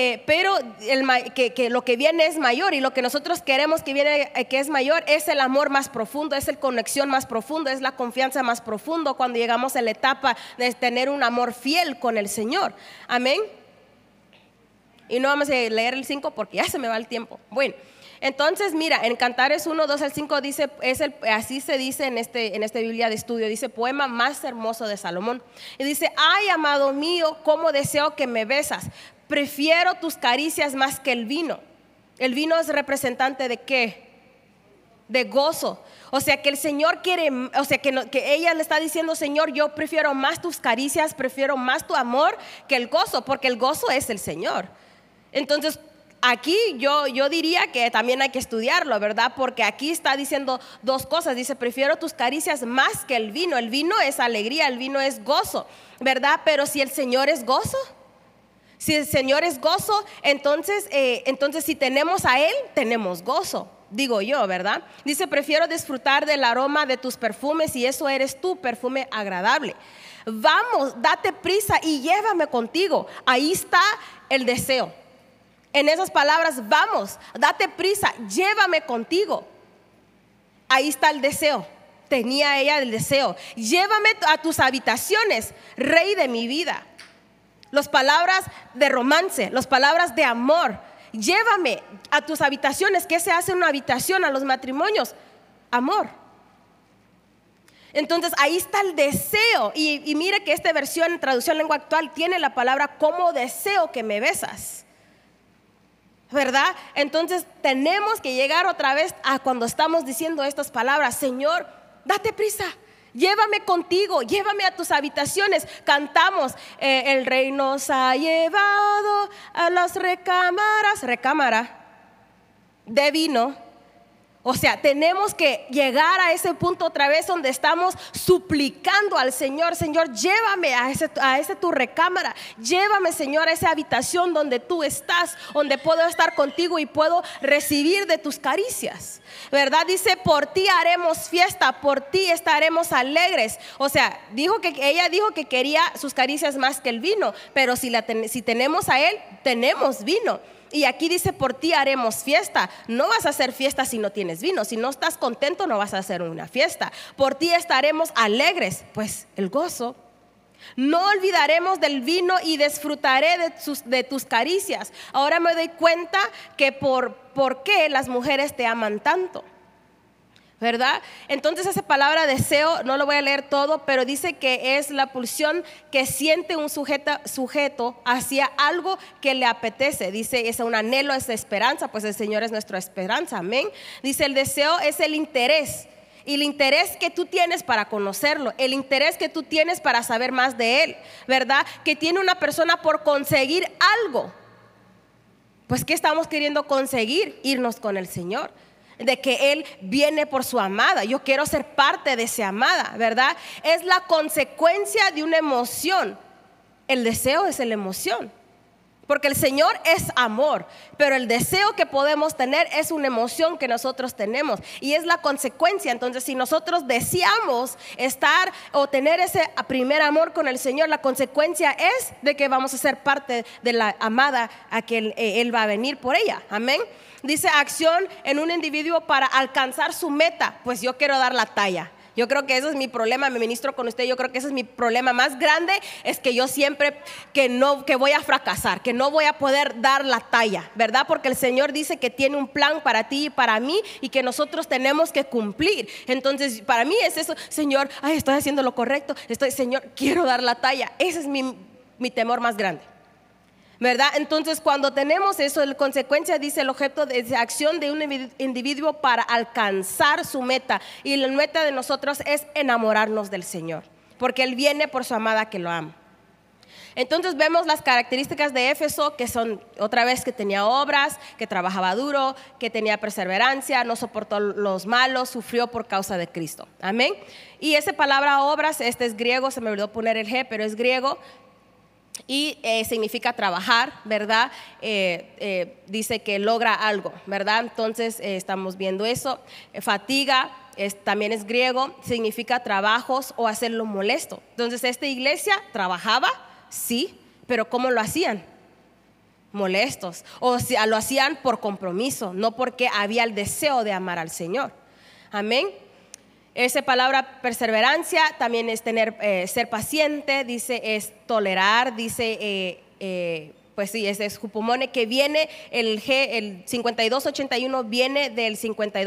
lo que viene es mayor, y lo que nosotros queremos que es mayor es el amor más profundo, es la conexión más profunda, es la confianza más profunda cuando llegamos a la etapa de tener un amor fiel con el Señor. Amén. Y no vamos a leer el 5 porque ya se me va el tiempo. Bueno, entonces mira, en Cantares 1, 2 al 5 dice, así se dice en esta Biblia de estudio, dice poema más hermoso de Salomón. Y dice, ay, amado mío, cómo deseo que me besas. Prefiero tus caricias más que el vino. El vino es representante de ¿qué? De gozo. O sea que el Señor quiere, o sea que ella le está diciendo, Señor, yo prefiero más tus caricias, prefiero más tu amor que el gozo, porque el gozo es el Señor. Entonces aquí yo diría que también hay que estudiarlo, ¿verdad? Porque aquí está diciendo dos cosas. Dice, prefiero tus caricias más que el vino. El vino es alegría, el vino es gozo, ¿verdad? Pero si el Señor es gozo, si el Señor es gozo, entonces si tenemos a Él, tenemos gozo. Digo yo, ¿verdad? Dice, prefiero disfrutar del aroma de tus perfumes, y eso eres tú, perfume agradable. Vamos, date prisa y llévame contigo. Ahí está el deseo. En esas palabras, vamos, date prisa, llévame contigo. Ahí está el deseo. Tenía ella el deseo. Llévame a tus habitaciones, rey de mi vida. Las palabras de romance, las palabras de amor. Llévame a tus habitaciones. ¿Qué se hace en una habitación a los matrimonios? Amor. Entonces ahí está el deseo. Y mire que esta versión, traducción lengua actual, tiene la palabra como deseo que me besas, ¿verdad? Entonces tenemos que llegar otra vez a cuando estamos diciendo estas palabras. Señor, date prisa, llévame contigo, llévame a tus habitaciones. Cantamos, el rey nos ha llevado a las recámara de vino. O sea, tenemos que llegar a ese punto otra vez donde estamos suplicando al Señor. Señor, llévame a ese tu recámara. Llévame, Señor, a esa habitación donde tú estás, donde puedo estar contigo y puedo recibir de tus caricias, ¿verdad? Dice, por ti haremos fiesta, por ti estaremos alegres. O sea, ella dijo que quería sus caricias más que el vino, pero si tenemos a Él, tenemos vino. Y aquí dice, por ti haremos fiesta. No vas a hacer fiesta si no tienes vino. Si no estás contento, no vas a hacer una fiesta. Por ti estaremos alegres, pues el gozo. No olvidaremos del vino y disfrutaré de tus caricias. Ahora me doy cuenta que por qué las mujeres te aman tanto, ¿verdad? Entonces esa palabra deseo, no lo voy a leer todo, pero dice que es la pulsión que siente un sujeto hacia algo que le apetece. Dice, es un anhelo, es esperanza, pues el Señor es nuestra esperanza, amén. Dice, el deseo es el interés. Y el interés que tú tienes para conocerlo, el interés que tú tienes para saber más de Él, ¿verdad? Que tiene una persona por conseguir algo. Pues ¿qué estamos queriendo conseguir? Irnos con el Señor. De que Él viene por su amada. Yo quiero ser parte de esa amada, ¿verdad? Es la consecuencia de una emoción. El deseo es la emoción, porque el Señor es amor, pero el deseo que podemos tener es una emoción que nosotros tenemos y es la consecuencia. Entonces, si nosotros deseamos estar o tener ese primer amor con el Señor, la consecuencia es de que vamos a ser parte de la amada a que Él va a venir por ella, amén. Dice, acción en un individuo para alcanzar su meta. Pues yo quiero dar la talla. Yo creo que ese es mi problema, me ministro con usted. Yo creo que ese es mi problema más grande, es que yo siempre que voy a fracasar, que no voy a poder dar la talla, ¿verdad? Porque el Señor dice que tiene un plan para ti y para mí y que nosotros tenemos que cumplir. Entonces para mí es eso, Señor, estoy haciendo lo correcto, Señor, quiero dar la talla. Ese es mi temor más grande, ¿verdad? Entonces cuando tenemos eso, la consecuencia dice el objeto de acción de un individuo para alcanzar su meta, y la meta de nosotros es enamorarnos del Señor, porque Él viene por su amada que lo ama. Entonces vemos las características de Éfeso, que son otra vez que tenía obras, que trabajaba duro, que tenía perseverancia, no soportó los malos, sufrió por causa de Cristo, amén. Y esa palabra obras, este es griego, se me olvidó poner el G, pero es griego. Y significa trabajar, ¿verdad? Dice que logra algo, ¿verdad? Entonces estamos viendo eso. Fatiga también es griego, significa trabajos o hacerlo molesto. Entonces esta iglesia trabajaba, sí, pero ¿cómo lo hacían? Molestos, o sea, lo hacían por compromiso, no porque había el deseo de amar al Señor, amén. Esa palabra perseverancia también es ser paciente, dice es tolerar, dice pues sí, es jupomone, que viene el 5281 viene del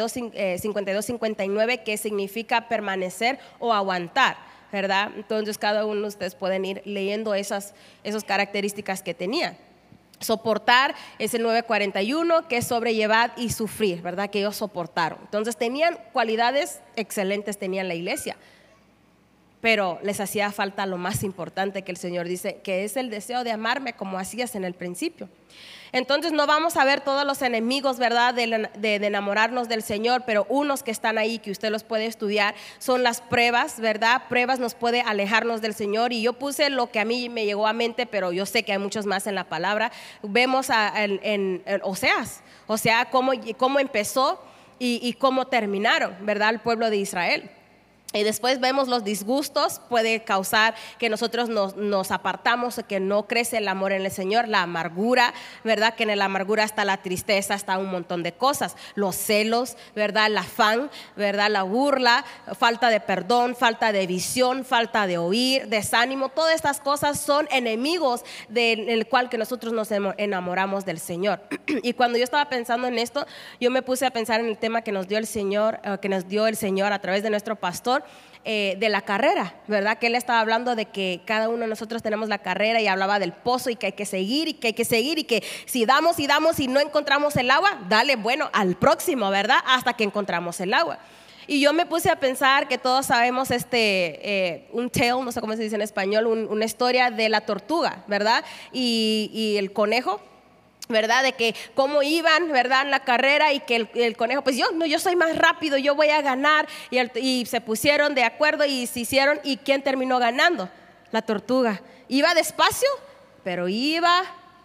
5259, que significa permanecer o aguantar, ¿verdad? Entonces cada uno de ustedes pueden ir leyendo esas características que tenía. Soportar es el 941, que es sobrellevar y sufrir, ¿verdad? Que ellos soportaron. Entonces tenían cualidades excelentes, tenían la iglesia, pero les hacía falta lo más importante que el Señor dice, que es el deseo de amarme como hacías en el principio. Entonces no vamos a ver todos los enemigos, ¿verdad? De enamorarnos del Señor, pero unos que están ahí, que usted los puede estudiar, son las pruebas, ¿verdad? Pruebas nos puede alejarnos del Señor, y yo puse lo que a mí me llegó a mente, pero yo sé que hay muchos más en la palabra. Vemos en Oseas, o sea, cómo empezó y cómo terminaron, ¿verdad? El pueblo de Israel. Y después vemos los disgustos, puede causar que nosotros nos apartamos, que no crece el amor en el Señor. La amargura, ¿verdad? Que en la amargura está la tristeza, está un montón de cosas. Los celos, ¿verdad? El afán, ¿verdad? La burla, falta de perdón, falta de visión, falta de oír, desánimo. Todas estas cosas son enemigos del cual que nosotros nos enamoramos del Señor. Y cuando yo estaba pensando en esto, yo me puse a pensar en el tema que nos dio el Señor a través de nuestro pastor, de la carrera, ¿verdad? Que él estaba hablando de que cada uno de nosotros tenemos la carrera, y hablaba del pozo, y que hay que seguir, y que hay que seguir, y que si damos y damos y no encontramos el agua, dale, bueno, al próximo, ¿verdad? Hasta que encontramos el agua. Y yo me puse a pensar que todos sabemos un tale, no sé cómo se dice en español, una historia de la tortuga, ¿verdad? Y el conejo, ¿verdad? De que cómo iban, ¿verdad? En la carrera, y que el conejo, pues yo soy más rápido, yo voy a ganar, y se pusieron de acuerdo y se hicieron. ¿Y quién terminó ganando? La tortuga. Iba despacio, pero iba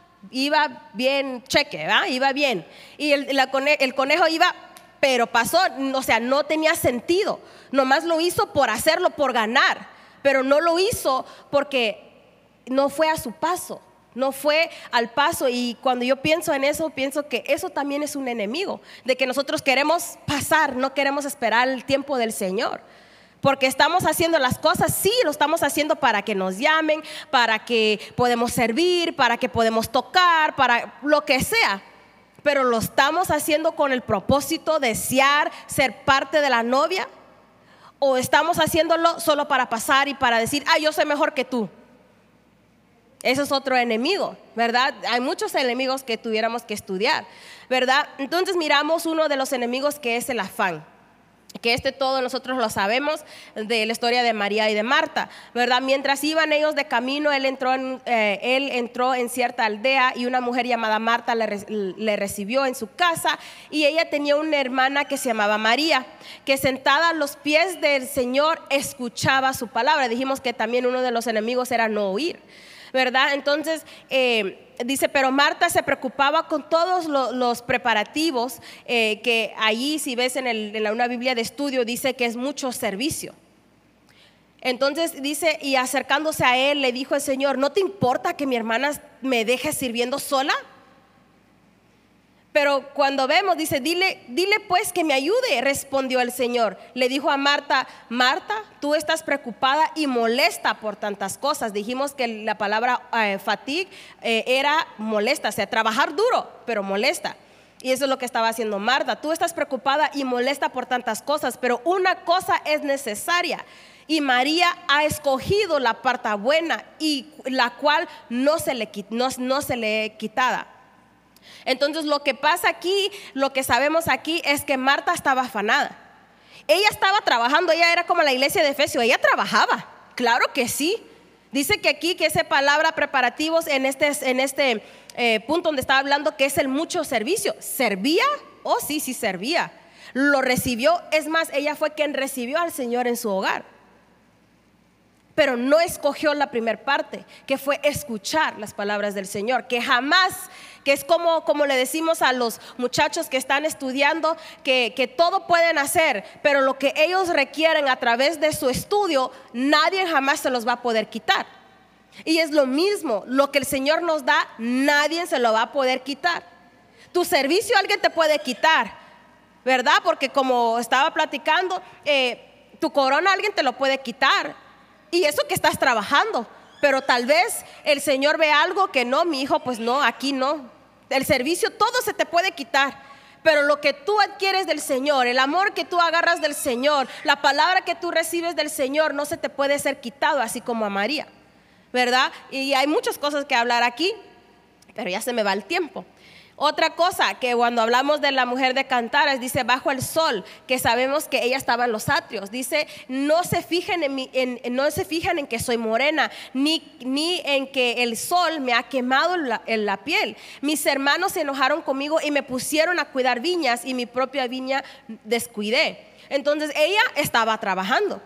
bien, cheque, ¿verdad? Iba bien. Y el conejo iba, pero pasó, o sea, no tenía sentido, nomás lo hizo por hacerlo, por ganar, pero no lo hizo porque no fue a su paso, no fue al paso. Y cuando yo pienso en eso, pienso que eso también es un enemigo, de que nosotros queremos pasar, no queremos esperar el tiempo del Señor, porque estamos haciendo las cosas, sí, lo estamos haciendo para que nos llamen, para que podemos servir, para que podemos tocar, para lo que sea, pero lo estamos haciendo con el propósito de desear ser parte de la novia, o estamos haciéndolo solo para pasar y para decir, yo soy mejor que tú. Eso es otro enemigo, ¿verdad? Hay muchos enemigos que tuviéramos que estudiar, ¿verdad? Entonces miramos uno de los enemigos, que es el afán, que todos nosotros lo sabemos de la historia de María y de Marta, ¿verdad? Mientras iban ellos de camino, él entró en cierta aldea, y una mujer llamada Marta le recibió en su casa, y ella tenía una hermana que se llamaba María, que sentada a los pies del Señor escuchaba su palabra. Dijimos que también uno de los enemigos era no oír, ¿verdad? Entonces dice, pero Marta se preocupaba con todos los preparativos, que allí, si ves en una Biblia de estudio, dice que es mucho servicio. Entonces dice, y acercándose a él, le dijo el Señor, ¿no te importa que mi hermana me deje sirviendo sola? Pero cuando vemos, dice, dile pues que me ayude, respondió el Señor. Le dijo a Marta, Marta, tú estás preocupada y molesta por tantas cosas. Dijimos que la palabra fatigue era molesta, o sea, trabajar duro, pero molesta. Y eso es lo que estaba haciendo Marta. Tú estás preocupada y molesta por tantas cosas, pero una cosa es necesaria. Y María ha escogido la parte buena, y la cual no se le quitada. Entonces lo que pasa aquí, lo que sabemos aquí, es que Marta estaba afanada. Ella estaba trabajando, ella era como la iglesia de Efesios, ella trabajaba, claro que sí. Dice que aquí, que esa palabra preparativos en este punto donde estaba hablando, que es el mucho servicio. ¿Servía? Oh, sí servía. Lo recibió, es más, ella fue quien recibió al Señor en su hogar. Pero no escogió la primer parte, que fue escuchar las palabras del Señor, que jamás, que es como le decimos a los muchachos que están estudiando, que todo pueden hacer, pero lo que ellos requieren a través de su estudio, nadie jamás se los va a poder quitar. Y es lo mismo, lo que el Señor nos da, nadie se lo va a poder quitar. Tu servicio alguien te puede quitar, ¿verdad? Porque como estaba platicando, tu corona alguien te lo puede quitar. Y eso que estás trabajando, pero tal vez el Señor ve algo que no, mi hijo, pues no, aquí no. El servicio, todo se te puede quitar, pero lo que tú adquieres del Señor, el amor que tú agarras del Señor, la palabra que tú recibes del Señor, no se te puede ser quitado, así como a María, ¿verdad? Y hay muchas cosas que hablar aquí, pero ya se me va el tiempo. Otra cosa que cuando hablamos de la mujer de Cantares, dice bajo el sol, que sabemos que ella estaba en los atrios. Dice no se fijen no se fijan en que soy morena, ni en que el sol me ha quemado en la piel. Mis hermanos se enojaron conmigo y me pusieron a cuidar viñas, y mi propia viña descuidé. Entonces ella estaba trabajando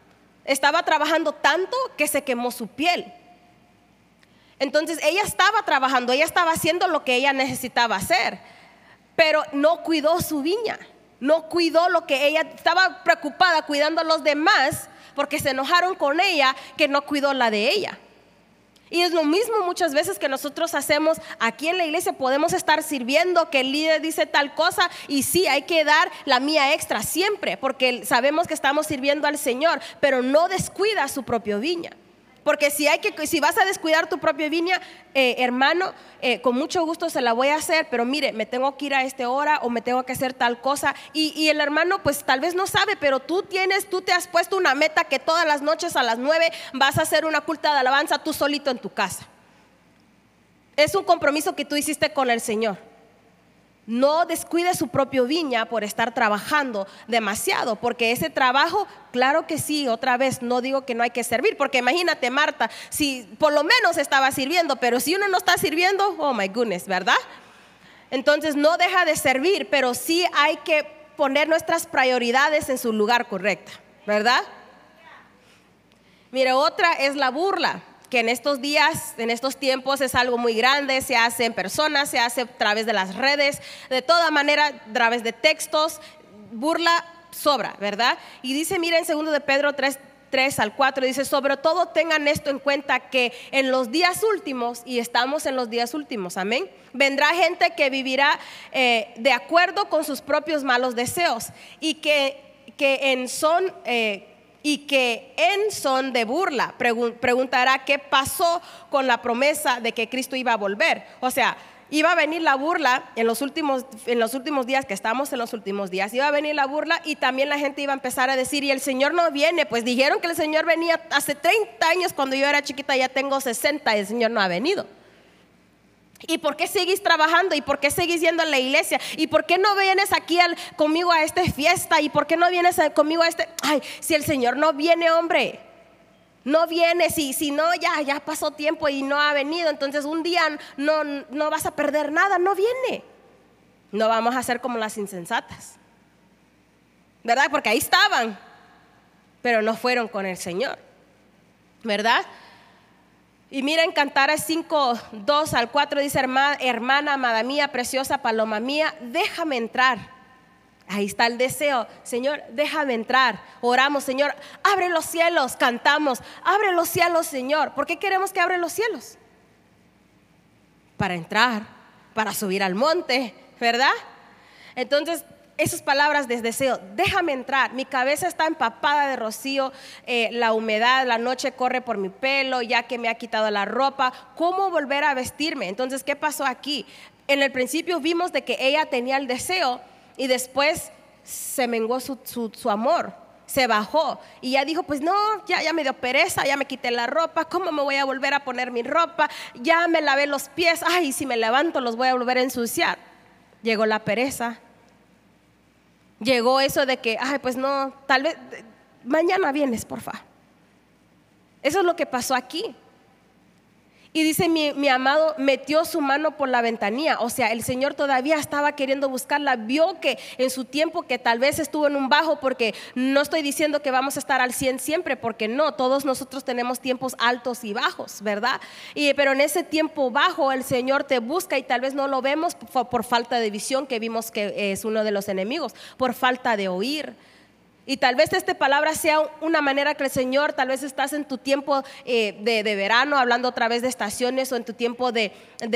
tanto que se quemó su piel. Entonces ella estaba trabajando, ella estaba haciendo lo que ella necesitaba hacer, pero no cuidó su viña, no cuidó lo que ella estaba preocupada cuidando a los demás, porque se enojaron con ella, que no cuidó la de ella. Y es lo mismo muchas veces que nosotros hacemos aquí en la iglesia. Podemos estar sirviendo, que el líder dice tal cosa, y sí, hay que dar la mía extra siempre, porque sabemos que estamos sirviendo al Señor, pero no descuida su propia viña. Porque si vas a descuidar tu propia viña, hermano, con mucho gusto se la voy a hacer, pero mire, me tengo que ir a esta hora o me tengo que hacer tal cosa. Y el hermano pues tal vez no sabe, pero tú te has puesto una meta que todas las noches a las 9 vas a hacer una culta de alabanza tú solito en tu casa. Es un compromiso que tú hiciste con el Señor. No descuide su propio viña por estar trabajando demasiado, porque ese trabajo, claro que sí, otra vez, no digo que no hay que servir, porque imagínate Marta, si por lo menos estaba sirviendo, pero si uno no está sirviendo, oh my goodness, ¿verdad? Entonces no deja de servir, pero sí hay que poner nuestras prioridades en su lugar correcto, ¿verdad? Mire, otra es la burla, que en estos días, en estos tiempos es algo muy grande. Se hace en personas, se hace a través de las redes, de toda manera, a través de textos. Burla sobra, ¿verdad? Y dice, miren, en 2 de Pedro 3 al 4, dice, sobre todo tengan esto en cuenta, que en los días últimos, y estamos en los días últimos, amén, vendrá gente que vivirá de acuerdo con sus propios malos deseos, y que en son de burla. Preguntará qué pasó con la promesa de que Cristo iba a volver. O sea, iba a venir la burla en los últimos días, que estamos en los últimos días. Iba a venir la burla, y también la gente iba a empezar a decir, y el Señor no viene. Pues dijeron que el Señor venía hace 30 años, cuando yo era chiquita, ya tengo 60 y el Señor no ha venido. ¿Y por qué seguís trabajando? ¿Y por qué seguís yendo a la iglesia? ¿Y por qué no vienes aquí conmigo a esta fiesta? ¿Y por qué no vienes conmigo a este? Ay, si el Señor no viene, hombre, no viene. Si no, ya pasó tiempo y no ha venido. Entonces un día no vas a perder nada, no viene. No vamos a ser como las insensatas, ¿verdad? Porque ahí estaban, pero no fueron con el Señor, ¿verdad? Y miren, Cantares 5, 2 al 4 dice, hermana, amada mía, preciosa paloma mía, déjame entrar. Ahí está el deseo, Señor, déjame entrar. Oramos, Señor, abre los cielos, cantamos, abre los cielos, Señor. ¿Por qué queremos que abra los cielos? Para entrar, para subir al monte, ¿verdad? Entonces, esas palabras de deseo, déjame entrar. Mi cabeza está empapada de rocío, la humedad, la noche corre por mi pelo, ya que me ha quitado la ropa. ¿Cómo volver a vestirme? Entonces, ¿qué pasó aquí? En el principio vimos de que ella tenía el deseo, y después se menguó su amor, se bajó, y ya dijo, pues no, ya me dio pereza, ya me quité la ropa, ¿cómo me voy a volver a poner mi ropa? Ya me lavé los pies, ay, si me levanto los voy a volver a ensuciar. Llegó la pereza. Llegó eso de que, ay, pues no, tal vez mañana vienes, porfa. Eso es lo que pasó aquí. Y dice, mi amado metió su mano por la ventanilla. O sea, el Señor todavía estaba queriendo buscarla. Vio que en su tiempo, que tal vez estuvo en un bajo, porque no estoy diciendo que vamos a estar al 100 siempre, porque no, todos nosotros tenemos tiempos altos y bajos, ¿verdad? Pero en ese tiempo bajo el Señor te busca, y tal vez no lo vemos por falta de visión, que vimos que es uno de los enemigos, por falta de oír. Y tal vez esta palabra sea una manera que el Señor, tal vez estás en tu tiempo de verano, hablando otra vez de estaciones, o en tu tiempo de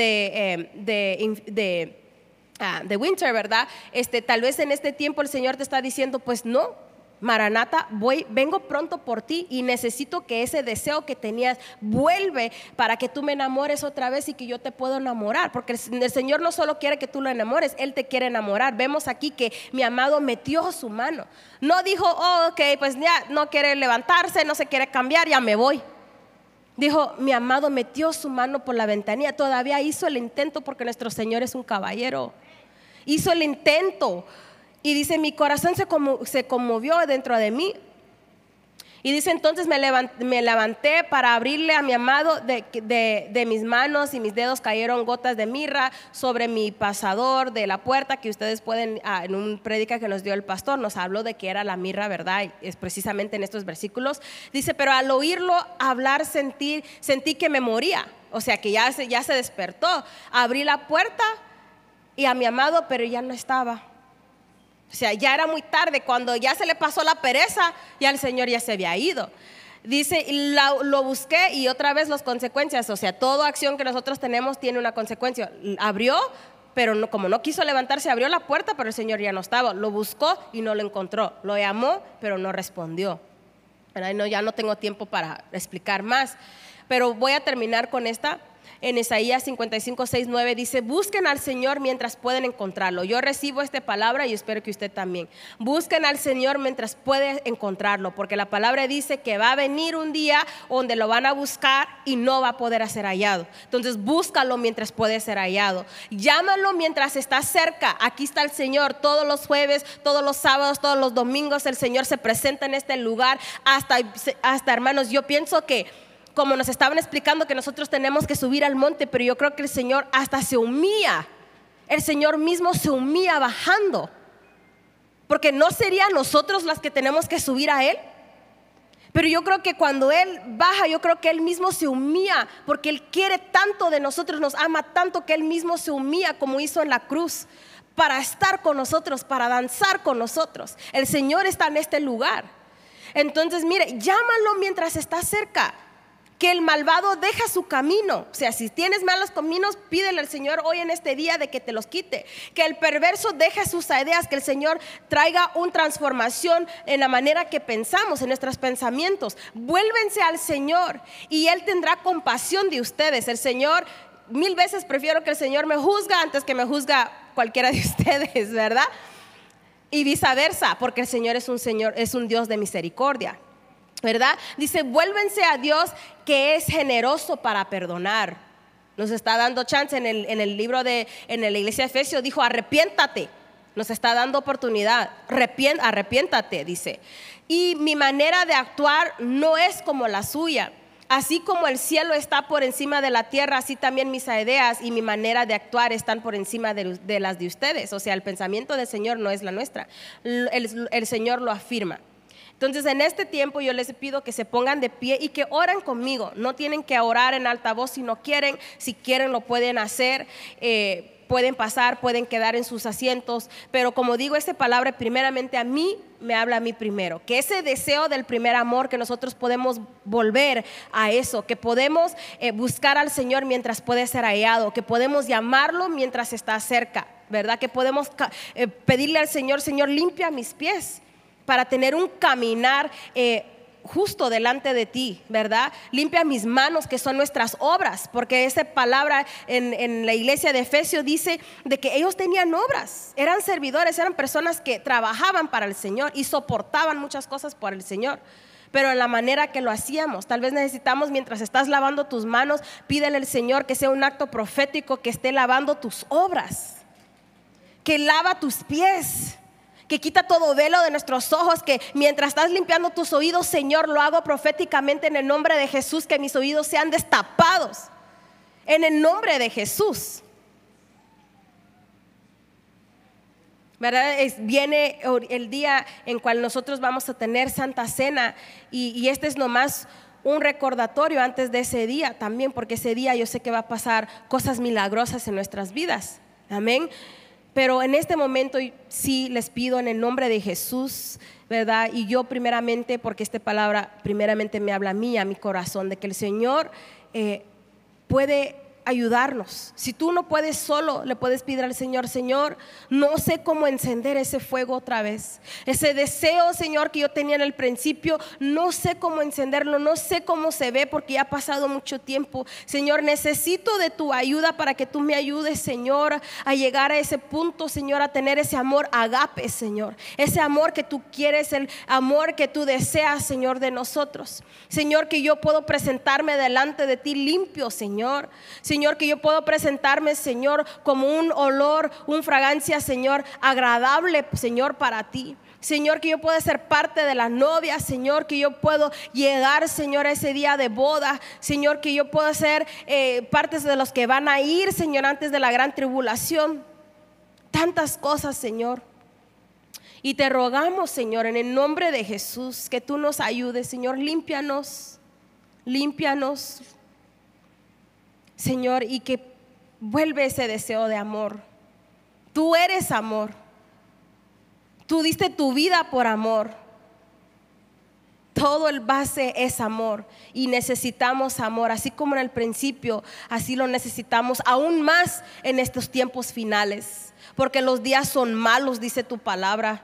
winter, ¿verdad? Tal vez en este tiempo el Señor te está diciendo, pues no, Maranata, vengo pronto por ti, y necesito que ese deseo que tenías vuelve, para que tú me enamores otra vez y que yo te pueda enamorar, porque el Señor no solo quiere que tú lo enamores, Él te quiere enamorar. Vemos aquí que mi amado metió su mano, no dijo, oh, ok, pues ya no quiere levantarse, no se quiere cambiar, ya me voy. Dijo, mi amado metió su mano por la ventanilla, todavía hizo el intento porque nuestro Señor es un caballero. Hizo el intento y dice, mi corazón se conmovió dentro de mí. Y dice, entonces me levanté para abrirle a mi amado, de mis manos y mis dedos cayeron gotas de mirra sobre mi pasador de la puerta, que ustedes pueden, en un prédica que nos dio el pastor, nos habló de que era la mirra, ¿verdad? Y es precisamente en estos versículos. Dice, pero al oírlo hablar sentí que me moría, o sea que ya se despertó. Abrí la puerta y a mi amado, pero ya no estaba. O sea, ya era muy tarde, cuando ya se le pasó la pereza, ya el Señor ya se había ido. Dice, lo busqué y otra vez las consecuencias, o sea, toda acción que nosotros tenemos tiene una consecuencia. Abrió, pero no, como no quiso levantarse, abrió la puerta, pero el Señor ya no estaba. Lo buscó y no lo encontró. Lo llamó, pero no respondió. No, ya no tengo tiempo para explicar más, pero voy a terminar con esta. En Isaías 55, 6, 9 dice, busquen al Señor mientras pueden encontrarlo. Yo recibo esta palabra y espero que usted también. Busquen al Señor mientras puede encontrarlo, porque la palabra dice que va a venir un día donde lo van a buscar y no va a poder ser hallado. Entonces búscalo mientras puede ser hallado. Llámalo mientras está cerca. Aquí está el Señor todos los jueves, todos los sábados, todos los domingos. El Señor se presenta en este lugar. Hasta hermanos, yo pienso que como nos estaban explicando que nosotros tenemos que subir al monte, pero yo creo que el Señor hasta se humilla. El Señor mismo se humilla bajando, porque no sería nosotros las que tenemos que subir a Él. Pero yo creo que cuando Él baja, yo creo que Él mismo se humilla, porque Él quiere tanto de nosotros, nos ama tanto, que Él mismo se humilla como hizo en la cruz, para estar con nosotros, para danzar con nosotros. El Señor está en este lugar. Entonces mire, llámalo mientras está cerca. Que el malvado deja su camino. O sea, si tienes malos caminos, pídele al Señor hoy en este día de que te los quite. Que el perverso deje sus ideas, que el Señor traiga una transformación en la manera que pensamos, en nuestros pensamientos. Vuélvense al Señor y Él tendrá compasión de ustedes. El Señor, 1000 veces prefiero que el Señor me juzga antes que me juzga cualquiera de ustedes, ¿verdad? Y viceversa, porque el Señor, es un Dios de misericordia, ¿verdad? Dice, vuélvense a Dios, que es generoso para perdonar. Nos está dando chance en el libro en la iglesia de Efesios, dijo, arrepiéntate. Nos está dando oportunidad. Arrepiéntate, dice. Y mi manera de actuar no es como la suya. Así como el cielo está por encima de la tierra, así también mis ideas y mi manera de actuar están por encima de las de ustedes. O sea, el pensamiento del Señor no es la nuestra. El Señor lo afirma. Entonces en este tiempo yo les pido que se pongan de pie y que oren conmigo. No tienen que orar en alta voz si no quieren. Si quieren lo pueden hacer. Pueden pasar, pueden quedar en sus asientos. Pero como digo, esta palabra primeramente a mí me habla a mí primero. Que ese deseo del primer amor, que nosotros podemos volver a eso. Que podemos buscar al Señor mientras puede ser hallado. Que podemos llamarlo mientras está cerca, ¿verdad? Que podemos pedirle al Señor, Señor, limpia mis pies, para tener un caminar justo delante de ti, ¿verdad? Limpia mis manos, que son nuestras obras, porque esa palabra en la iglesia de Efesios dice de que ellos tenían obras, eran servidores, eran personas que trabajaban para el Señor y soportaban muchas cosas por el Señor. Pero en la manera que lo hacíamos, tal vez necesitamos, mientras estás lavando tus manos, pídele al Señor que sea un acto profético, que esté lavando tus obras, que lava tus pies, que quita todo velo de nuestros ojos, que mientras estás limpiando tus oídos, Señor, lo hago proféticamente en el nombre de Jesús, que mis oídos sean destapados en el nombre de Jesús, ¿verdad? Viene el día en cual nosotros vamos a tener Santa Cena y este es nomás un recordatorio antes de ese día también, porque ese día yo sé que va a pasar cosas milagrosas en nuestras vidas, amén. Pero en este momento sí les pido en el nombre de Jesús, ¿verdad? Y yo primeramente, porque esta palabra primeramente me habla a mí, a mi corazón, de que el Señor puede ayudarnos. Si tú no puedes solo, le puedes pedir al Señor: Señor, no sé cómo encender ese fuego otra vez. Ese deseo, Señor, que yo tenía en el principio, no sé cómo encenderlo, no sé cómo se ve porque ya ha pasado mucho tiempo. Señor, necesito de tu ayuda para que tú me ayudes, Señor, a llegar a ese punto, Señor, a tener ese amor agape, Señor. Ese amor que tú quieres, el amor que tú deseas, Señor, de nosotros. Señor, que yo puedo presentarme delante de ti limpio, Señor. Señor, que yo puedo presentarme, Señor, como un olor, una fragancia, Señor, agradable, Señor, para ti. Señor, que yo pueda ser parte de la novia, Señor, que yo puedo llegar, Señor, a ese día de boda. Señor, que yo pueda ser parte de los que van a ir, Señor, antes de la gran tribulación. Tantas cosas, Señor. Y te rogamos, Señor, en el nombre de Jesús, que tú nos ayudes, Señor. Límpianos, límpianos, Señor, y que vuelve ese deseo de amor. Tú eres amor. Tú diste tu vida por amor. Todo el base es amor y necesitamos amor, así como en el principio, así lo necesitamos aún más en estos tiempos finales, porque los días son malos, dice tu palabra.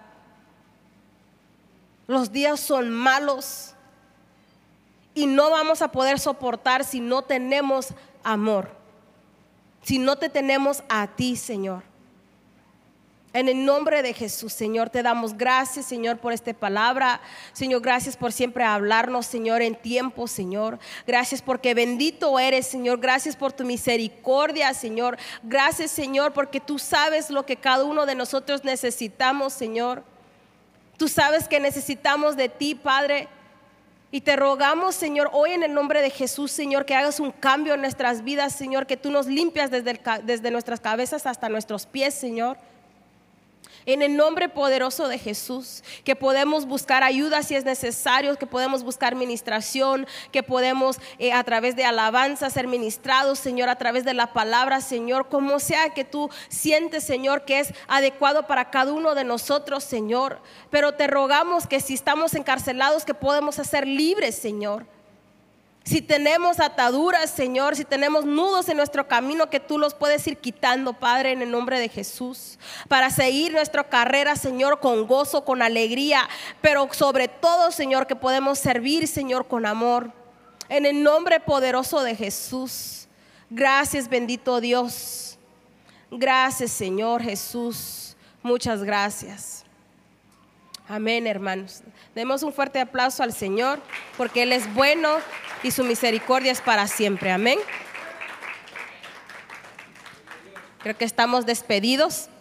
Los días son malos y no vamos a poder soportar si no tenemos amor, si no te tenemos a ti, Señor. En el nombre de Jesús, Señor, te damos gracias, Señor, por esta palabra. Señor, gracias por siempre hablarnos, Señor, en tiempo, Señor. Gracias porque bendito eres, Señor. Gracias por tu misericordia, Señor. Gracias, Señor, porque tú sabes lo que cada uno de nosotros necesitamos, Señor. Tú sabes que necesitamos de ti, Padre. Y te rogamos, Señor, hoy en el nombre de Jesús, Señor, que hagas un cambio en nuestras vidas, Señor. Que tú nos limpias desde nuestras cabezas hasta nuestros pies, Señor. En el nombre poderoso de Jesús, que podemos buscar ayuda si es necesario, que podemos buscar ministración, que podemos a través de alabanza ser ministrados, Señor, a través de la palabra, Señor, como sea que tú sientes, Señor, que es adecuado para cada uno de nosotros, Señor. Pero te rogamos que si estamos encarcelados, que podemos ser libres, Señor. Si tenemos ataduras, Señor, si tenemos nudos en nuestro camino, que tú los puedes ir quitando, Padre, en el nombre de Jesús, para seguir nuestra carrera, Señor, con gozo, con alegría, pero sobre todo, Señor, que podemos servir, Señor, con amor. En el nombre poderoso de Jesús. Gracias, bendito Dios. Gracias, Señor Jesús. Muchas gracias. Amén, hermanos. Demos un fuerte aplauso al Señor, porque Él es bueno y su misericordia es para siempre. Amén. Creo que estamos despedidos.